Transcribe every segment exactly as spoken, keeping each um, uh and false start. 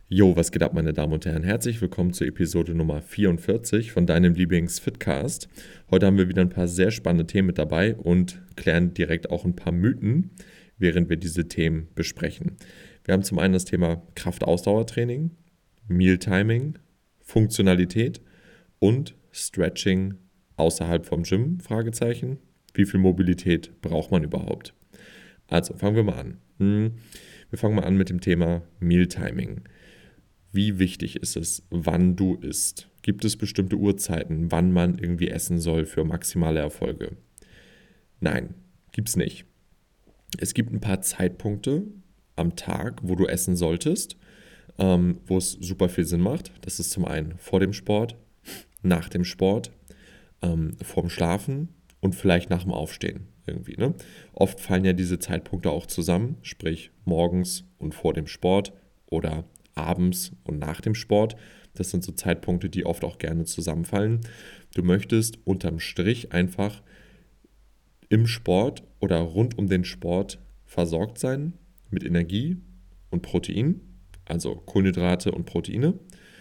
Jo, was geht ab, meine Damen und Herren? Herzlich willkommen zur Episode Nummer vierundvierzig von deinem Lieblings-Fitcast. Heute haben wir wieder ein paar sehr spannende Themen mit dabei und klären direkt auch ein paar Mythen, während wir diese Themen besprechen. Wir haben zum einen das Thema Kraft-Ausdauertraining, Mealtiming, Funktionalität und Stretching außerhalb vom Gym, Fragezeichen. Wie viel Mobilität braucht man überhaupt? Also, fangen wir mal an. Hm, Wir fangen mal an mit dem Thema Mealtiming. Wie wichtig ist es, wann du isst? Gibt es bestimmte Uhrzeiten, wann man irgendwie essen soll für maximale Erfolge? Nein, gibt's nicht. Es gibt ein paar Zeitpunkte am Tag, wo du essen solltest, ähm, wo es super viel Sinn macht. Das ist zum einen vor dem Sport, nach dem Sport, ähm, vorm Schlafen und vielleicht nach dem Aufstehen irgendwie. Ne? Oft fallen ja diese Zeitpunkte auch zusammen, sprich morgens und vor dem Sport oder abends und nach dem Sport. Das sind so Zeitpunkte, die oft auch gerne zusammenfallen. Du möchtest unterm Strich einfach im Sport oder rund um den Sport versorgt sein mit Energie und Protein, also Kohlenhydrate und Proteine.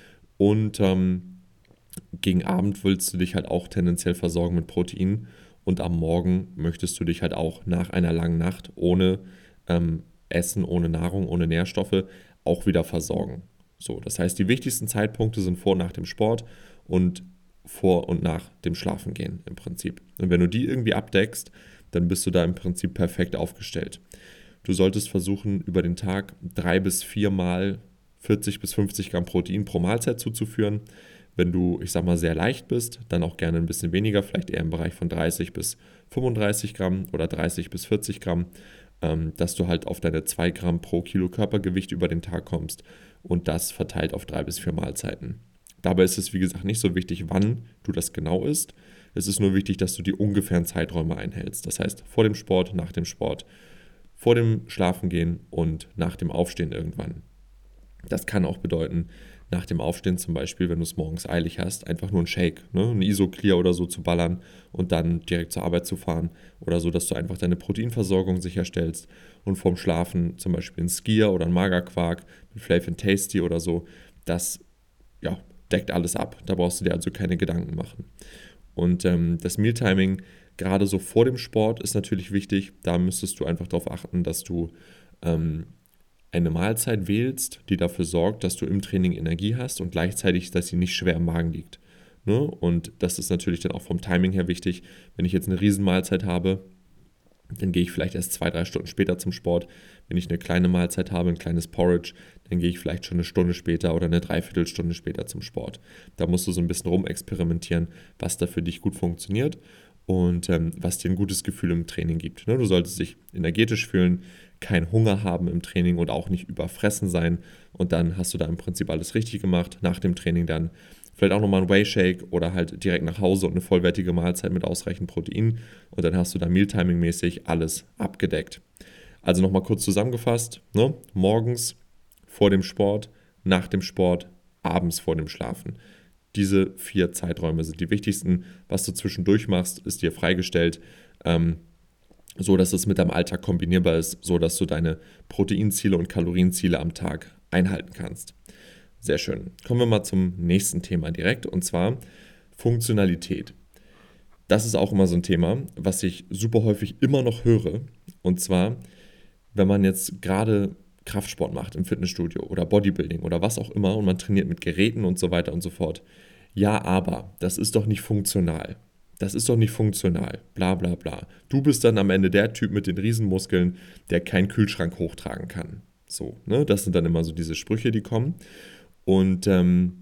Und ähm, gegen Abend willst du dich halt auch tendenziell versorgen mit Protein. Und am Morgen möchtest du dich halt auch nach einer langen Nacht ohne ähm, Essen, ohne Nahrung, ohne Nährstoffe auch wieder versorgen. So, das heißt, die wichtigsten Zeitpunkte sind vor und nach dem Sport und vor und nach dem Schlafengehen im Prinzip. Und wenn du die irgendwie abdeckst, dann bist du da im Prinzip perfekt aufgestellt. Du solltest versuchen, über den Tag drei bis viermal vierzig bis fünfzig Gramm Protein pro Mahlzeit zuzuführen. Wenn du, ich sag mal, sehr leicht bist, dann auch gerne ein bisschen weniger, vielleicht eher im Bereich von dreißig bis fünfunddreißig Gramm oder dreißig bis vierzig Gramm, ähm, dass du halt auf deine zwei Gramm pro Kilo Körpergewicht über den Tag kommst und das verteilt auf drei bis vier Mahlzeiten. Dabei ist es, wie gesagt, nicht so wichtig, wann du das genau isst. Es ist nur wichtig, dass du die ungefähren Zeiträume einhältst. Das heißt, vor dem Sport, nach dem Sport, vor dem Schlafengehen und nach dem Aufstehen irgendwann. Das kann auch bedeuten, nach dem Aufstehen zum Beispiel, wenn du es morgens eilig hast, einfach nur einen Shake, ne, ein Isoclear oder so zu ballern und dann direkt zur Arbeit zu fahren oder so, dass du einfach deine Proteinversorgung sicherstellst und vorm Schlafen zum Beispiel ein Skier oder ein Magerquark mit Flav and Tasty oder so, das ja, deckt alles ab. Da brauchst du dir also keine Gedanken machen. Und ähm, das Mealtiming, gerade so vor dem Sport, ist natürlich wichtig. Da müsstest du einfach darauf achten, dass du ähm, eine Mahlzeit wählst, die dafür sorgt, dass du im Training Energie hast und gleichzeitig, dass sie nicht schwer im Magen liegt. Ne? Und das ist natürlich dann auch vom Timing her wichtig. Wenn ich jetzt eine Riesenmahlzeit habe, dann gehe ich vielleicht erst zwei, drei Stunden später zum Sport. Wenn ich eine kleine Mahlzeit habe, ein kleines Porridge, dann gehe ich vielleicht schon eine Stunde später oder eine Dreiviertelstunde später zum Sport. Da musst du so ein bisschen rumexperimentieren, was da für dich gut funktioniert und ähm, was dir ein gutes Gefühl im Training gibt. Ne? Du solltest dich energetisch fühlen, keinen Hunger haben im Training und auch nicht überfressen sein. Und dann hast du da im Prinzip alles richtig gemacht. Nach dem Training dann vielleicht auch nochmal ein Whey-Shake oder halt direkt nach Hause und eine vollwertige Mahlzeit mit ausreichend Protein. Und dann hast du da Mealtiming-mäßig alles abgedeckt. Also nochmal kurz zusammengefasst, ne? Morgens vor dem Sport, nach dem Sport, abends vor dem Schlafen. Diese vier Zeiträume sind die wichtigsten. Was du zwischendurch machst, ist dir freigestellt, ähm, so dass es mit deinem Alltag kombinierbar ist, so dass du deine Proteinziele und Kalorienziele am Tag einhalten kannst. Sehr schön. Kommen wir mal zum nächsten Thema direkt, und zwar Funktionalität. Das ist auch immer so ein Thema, was ich super häufig immer noch höre. Und zwar, wenn man jetzt gerade Kraftsport macht im Fitnessstudio oder Bodybuilding oder was auch immer und man trainiert mit Geräten und so weiter und so fort. Ja, aber das ist doch nicht funktional. Das ist doch nicht funktional. Bla bla bla. Du bist dann am Ende der Typ mit den Riesenmuskeln, der keinen Kühlschrank hochtragen kann. So, ne? Das sind dann immer so diese Sprüche, die kommen. Und ähm,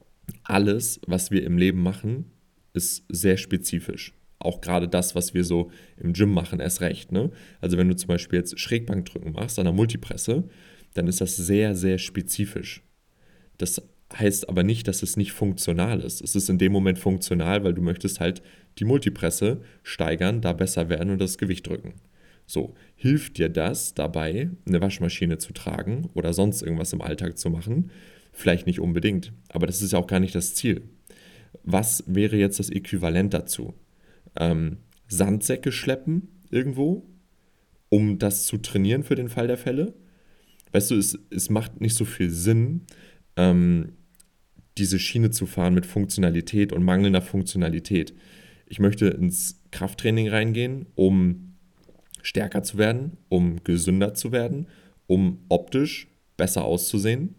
alles, was wir im Leben machen, ist sehr spezifisch. Auch gerade das, was wir so im Gym machen, erst recht. Ne? Also wenn du zum Beispiel jetzt Schrägbankdrücken machst an der Multipresse, dann ist das sehr, sehr spezifisch. Das heißt aber nicht, dass es nicht funktional ist. Es ist in dem Moment funktional, weil du möchtest halt die Multipresse steigern, da besser werden und das Gewicht drücken. So, hilft dir das dabei, eine Waschmaschine zu tragen oder sonst irgendwas im Alltag zu machen? Vielleicht nicht unbedingt, aber das ist ja auch gar nicht das Ziel. Was wäre jetzt das Äquivalent dazu? Ähm, Sandsäcke schleppen irgendwo, um das zu trainieren für den Fall der Fälle? Weißt du, es, es macht nicht so viel Sinn, ähm, diese Schiene zu fahren mit Funktionalität und mangelnder Funktionalität. Ich möchte ins Krafttraining reingehen, um stärker zu werden, um gesünder zu werden, um optisch besser auszusehen.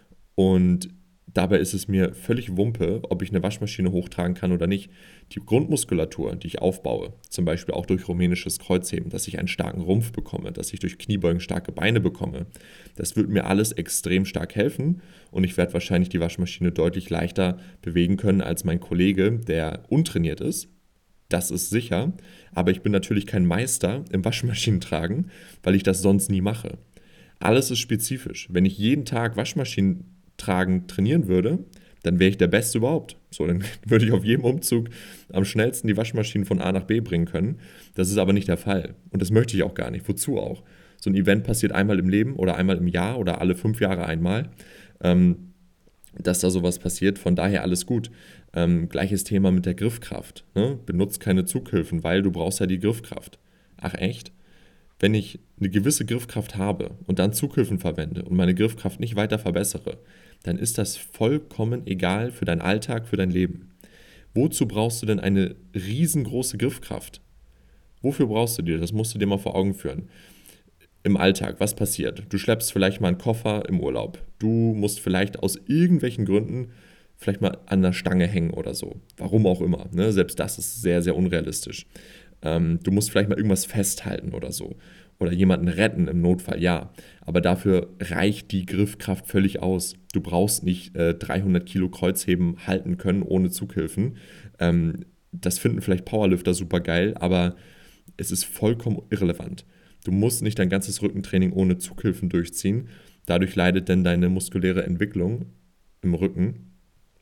Und dabei ist es mir völlig Wumpe, ob ich eine Waschmaschine hochtragen kann oder nicht. Die Grundmuskulatur, die ich aufbaue, zum Beispiel auch durch rumänisches Kreuzheben, dass ich einen starken Rumpf bekomme, dass ich durch Kniebeugen starke Beine bekomme, das wird mir alles extrem stark helfen und ich werde wahrscheinlich die Waschmaschine deutlich leichter bewegen können als mein Kollege, der untrainiert ist. Das ist sicher, aber ich bin natürlich kein Meister im Waschmaschinentragen, weil ich das sonst nie mache. Alles ist spezifisch. Wenn ich jeden Tag Waschmaschinen tragen trainieren würde, dann wäre ich der Beste überhaupt. So, dann würde ich auf jedem Umzug am schnellsten die Waschmaschinen von A nach B bringen können. Das ist aber nicht der Fall. Und das möchte ich auch gar nicht. Wozu auch? So ein Event passiert einmal im Leben oder einmal im Jahr oder alle fünf Jahre einmal, ähm, dass da sowas passiert. Von daher alles gut. Ähm, gleiches Thema mit der Griffkraft. Ne? Benutzt keine Zughilfen, weil du brauchst ja die Griffkraft. Ach echt? Wenn ich eine gewisse Griffkraft habe und dann Zughilfen verwende und meine Griffkraft nicht weiter verbessere, dann ist das vollkommen egal für deinen Alltag, für dein Leben. Wozu brauchst du denn eine riesengroße Griffkraft? Wofür brauchst du die? Das musst du dir mal vor Augen führen. Im Alltag, was passiert? Du schleppst vielleicht mal einen Koffer im Urlaub. Du musst vielleicht aus irgendwelchen Gründen vielleicht mal an der Stange hängen oder so. Warum auch immer. Ne? Selbst das ist sehr, sehr unrealistisch. Ähm, du musst vielleicht mal irgendwas festhalten oder so. Oder jemanden retten im Notfall, ja. Aber dafür reicht die Griffkraft völlig aus. Du brauchst nicht äh, dreihundert Kilo Kreuzheben halten können ohne Zughilfen. Ähm, das finden vielleicht Powerlifter super geil, aber es ist vollkommen irrelevant. Du musst nicht dein ganzes Rückentraining ohne Zughilfen durchziehen. Dadurch leidet dann deine muskuläre Entwicklung im Rücken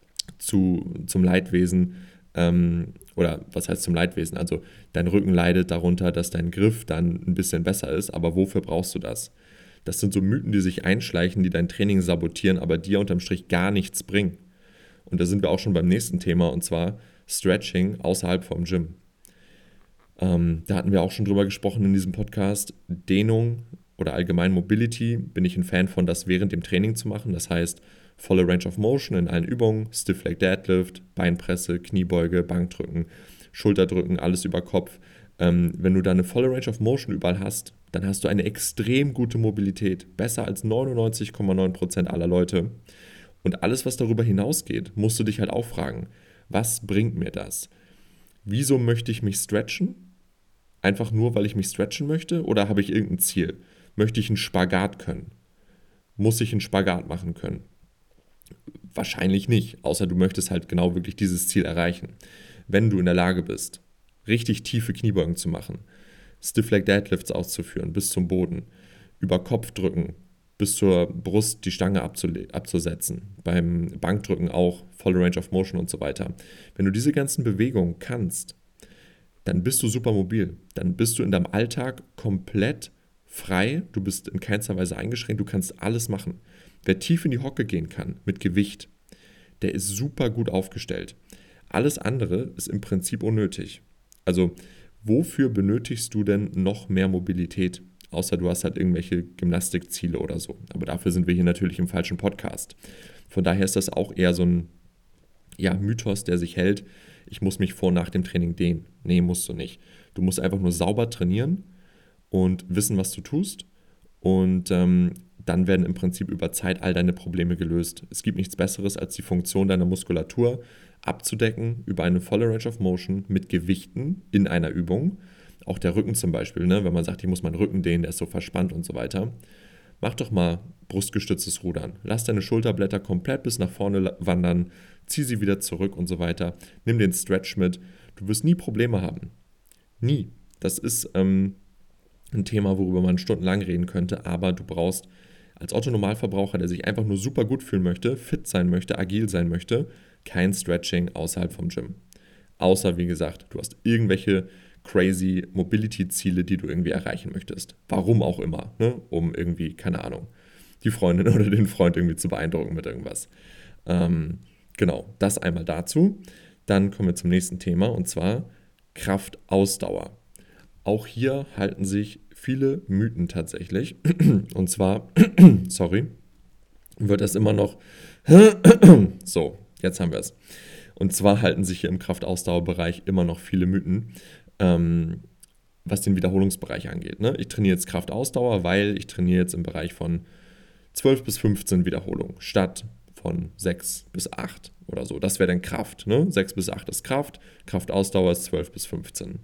zu, zum Leidwesen, ähm, oder was heißt zum Leidwesen? Also dein Rücken leidet darunter, dass dein Griff dann ein bisschen besser ist, aber wofür brauchst du das? Das sind so Mythen, die sich einschleichen, die dein Training sabotieren, aber dir unterm Strich gar nichts bringen. Und da sind wir auch schon beim nächsten Thema, und zwar Stretching außerhalb vom Gym. Ähm, da hatten wir auch schon drüber gesprochen in diesem Podcast. Dehnung oder allgemein Mobility bin ich ein Fan von, das während dem Training zu machen. Das heißt, volle Range of Motion in allen Übungen, Stiff Leg Deadlift, Beinpresse, Kniebeuge, Bankdrücken, Schulterdrücken, alles über Kopf. Ähm, wenn du da eine volle Range of Motion überall hast, dann hast du eine extrem gute Mobilität. Besser als neunundneunzig Komma neun Prozent aller Leute. Und alles, was darüber hinausgeht, musst du dich halt auch fragen, was bringt mir das? Wieso möchte ich mich stretchen? Einfach nur, weil ich mich stretchen möchte? Oder habe ich irgendein Ziel? Möchte ich einen Spagat können? Muss ich einen Spagat machen können? Wahrscheinlich nicht, außer du möchtest halt genau wirklich dieses Ziel erreichen. Wenn du in der Lage bist, richtig tiefe Kniebeugen zu machen, Stiff Leg Deadlifts auszuführen bis zum Boden, über Kopf drücken, bis zur Brust die Stange abzusetzen, beim Bankdrücken auch, volle Range of Motion und so weiter. Wenn du diese ganzen Bewegungen kannst, dann bist du super mobil. Dann bist du in deinem Alltag komplett frei, du bist in keinster Weise eingeschränkt, du kannst alles machen. Wer tief in die Hocke gehen kann mit Gewicht, der ist super gut aufgestellt. Alles andere ist im Prinzip unnötig. Also wofür benötigst du denn noch mehr Mobilität? Außer du hast halt irgendwelche Gymnastikziele oder so. Aber dafür sind wir hier natürlich im falschen Podcast. Von daher ist das auch eher so ein ja, Mythos, der sich hält. Ich muss mich vor und nach dem Training dehnen. Nee, musst du nicht. Du musst einfach nur sauber trainieren und wissen, was du tust. Und ähm, dann werden im Prinzip über Zeit all deine Probleme gelöst. Es gibt nichts Besseres, als die Funktion deiner Muskulatur abzudecken über eine volle Range of Motion mit Gewichten in einer Übung. Auch der Rücken zum Beispiel, ne? Wenn man sagt, ich muss meinen Rücken dehnen, der ist so verspannt und so weiter. Mach doch mal brustgestütztes Rudern. Lass deine Schulterblätter komplett bis nach vorne wandern, zieh sie wieder zurück und so weiter. Nimm den Stretch mit. Du wirst nie Probleme haben. Nie. Das ist ähm, ein Thema, worüber man stundenlang reden könnte, aber du brauchst als Otto-Normalverbraucher, der sich einfach nur super gut fühlen möchte, fit sein möchte, agil sein möchte, kein Stretching außerhalb vom Gym. Außer, wie gesagt, du hast irgendwelche crazy Mobility-Ziele, die du irgendwie erreichen möchtest. Warum auch immer, ne? Um irgendwie, keine Ahnung, die Freundin oder den Freund irgendwie zu beeindrucken mit irgendwas. Ähm, genau, das einmal dazu. Dann kommen wir zum nächsten Thema, und zwar Kraftausdauer. Auch hier halten sich viele Mythen tatsächlich. Und zwar, sorry, wird das immer noch so, jetzt haben wir es. Und zwar halten sich hier im Kraftausdauerbereich immer noch viele Mythen, ähm, was den Wiederholungsbereich angeht. Ne? Ich trainiere jetzt Kraftausdauer, weil ich trainiere jetzt im Bereich von zwölf bis fünfzehn Wiederholungen statt von sechs bis acht oder so. Das wäre dann Kraft. Ne? sechs bis acht ist Kraft, Kraftausdauer ist zwölf bis fünfzehn.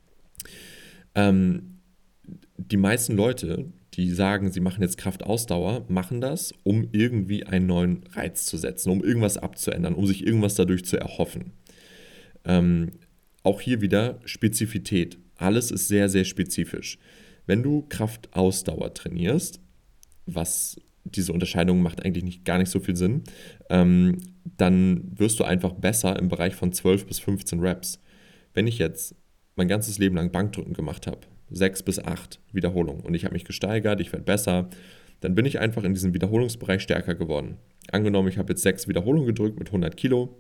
Ähm, die meisten Leute, die sagen, sie machen jetzt Kraftausdauer, machen das, um irgendwie einen neuen Reiz zu setzen, um irgendwas abzuändern, um sich irgendwas dadurch zu erhoffen. Ähm, auch hier wieder Spezifität. Alles ist sehr, sehr spezifisch. Wenn du Kraftausdauer trainierst, was diese Unterscheidung macht eigentlich nicht, gar nicht so viel Sinn, ähm, dann wirst du einfach besser im Bereich von zwölf bis fünfzehn Reps. Wenn ich jetzt mein ganzes Leben lang Bankdrücken gemacht habe, sechs bis acht Wiederholungen und ich habe mich gesteigert, ich werde besser, dann bin ich einfach in diesem Wiederholungsbereich stärker geworden. Angenommen, ich habe jetzt sechs Wiederholungen gedrückt mit hundert Kilo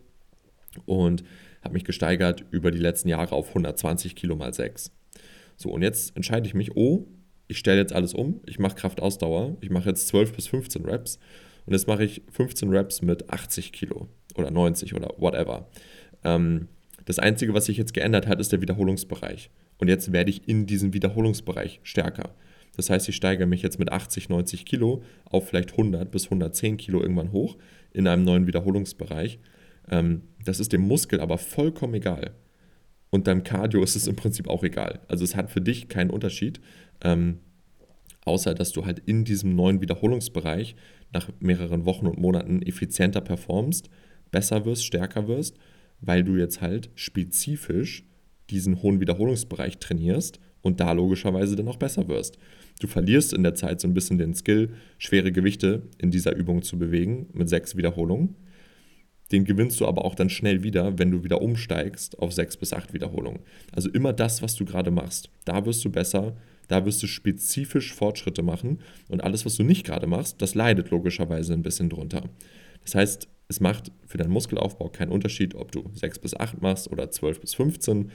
und habe mich gesteigert über die letzten Jahre auf hundertzwanzig Kilo mal sechs. So, und jetzt entscheide ich mich, oh, ich stelle jetzt alles um, ich mache Kraftausdauer, ich mache jetzt zwölf bis fünfzehn Reps und jetzt mache ich fünfzehn Reps mit achtzig Kilo oder neunzig oder whatever. Ähm, das Einzige, was sich jetzt geändert hat, ist der Wiederholungsbereich. Und jetzt werde ich in diesem Wiederholungsbereich stärker. Das heißt, ich steigere mich jetzt mit achtzig, neunzig Kilo auf vielleicht hundert bis hundertzehn Kilo irgendwann hoch in einem neuen Wiederholungsbereich. Ähm, das ist dem Muskel aber vollkommen egal. Und deinem Cardio ist es im Prinzip auch egal. Also es hat für dich keinen Unterschied, ähm, außer dass du halt in diesem neuen Wiederholungsbereich nach mehreren Wochen und Monaten effizienter performst, besser wirst, stärker wirst, weil du jetzt halt spezifisch diesen hohen Wiederholungsbereich trainierst und da logischerweise dann auch besser wirst. Du verlierst in der Zeit so ein bisschen den Skill, schwere Gewichte in dieser Übung zu bewegen mit sechs Wiederholungen. Den gewinnst du aber auch dann schnell wieder, wenn du wieder umsteigst auf sechs bis acht Wiederholungen. Also immer das, was du gerade machst, da wirst du besser, da wirst du spezifisch Fortschritte machen und alles, was du nicht gerade machst, das leidet logischerweise ein bisschen drunter. Das heißt, es macht für deinen Muskelaufbau keinen Unterschied, ob du sechs bis acht machst oder zwölf bis fünfzehn.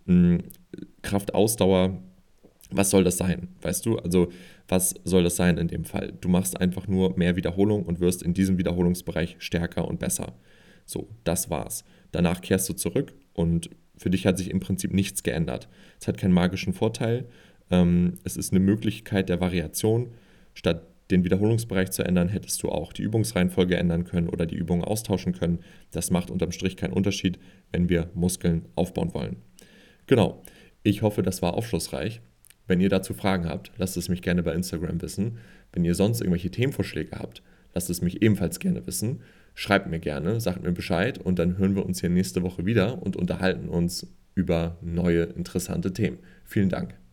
Kraftausdauer, was soll das sein? Weißt du, also was soll das sein in dem Fall? Du machst einfach nur mehr Wiederholung und wirst in diesem Wiederholungsbereich stärker und besser. So, das war's. Danach kehrst du zurück und für dich hat sich im Prinzip nichts geändert. Es hat keinen magischen Vorteil. Ähm, es ist eine Möglichkeit der Variation. Statt den Wiederholungsbereich zu ändern, hättest du auch die Übungsreihenfolge ändern können oder die Übungen austauschen können. Das macht unterm Strich keinen Unterschied, wenn wir Muskeln aufbauen wollen. Genau. Ich hoffe, das war aufschlussreich. Wenn ihr dazu Fragen habt, lasst es mich gerne bei Instagram wissen. Wenn ihr sonst irgendwelche Themenvorschläge habt, lasst es mich ebenfalls gerne wissen. Schreibt mir gerne, sagt mir Bescheid und dann hören wir uns hier nächste Woche wieder und unterhalten uns über neue interessante Themen. Vielen Dank.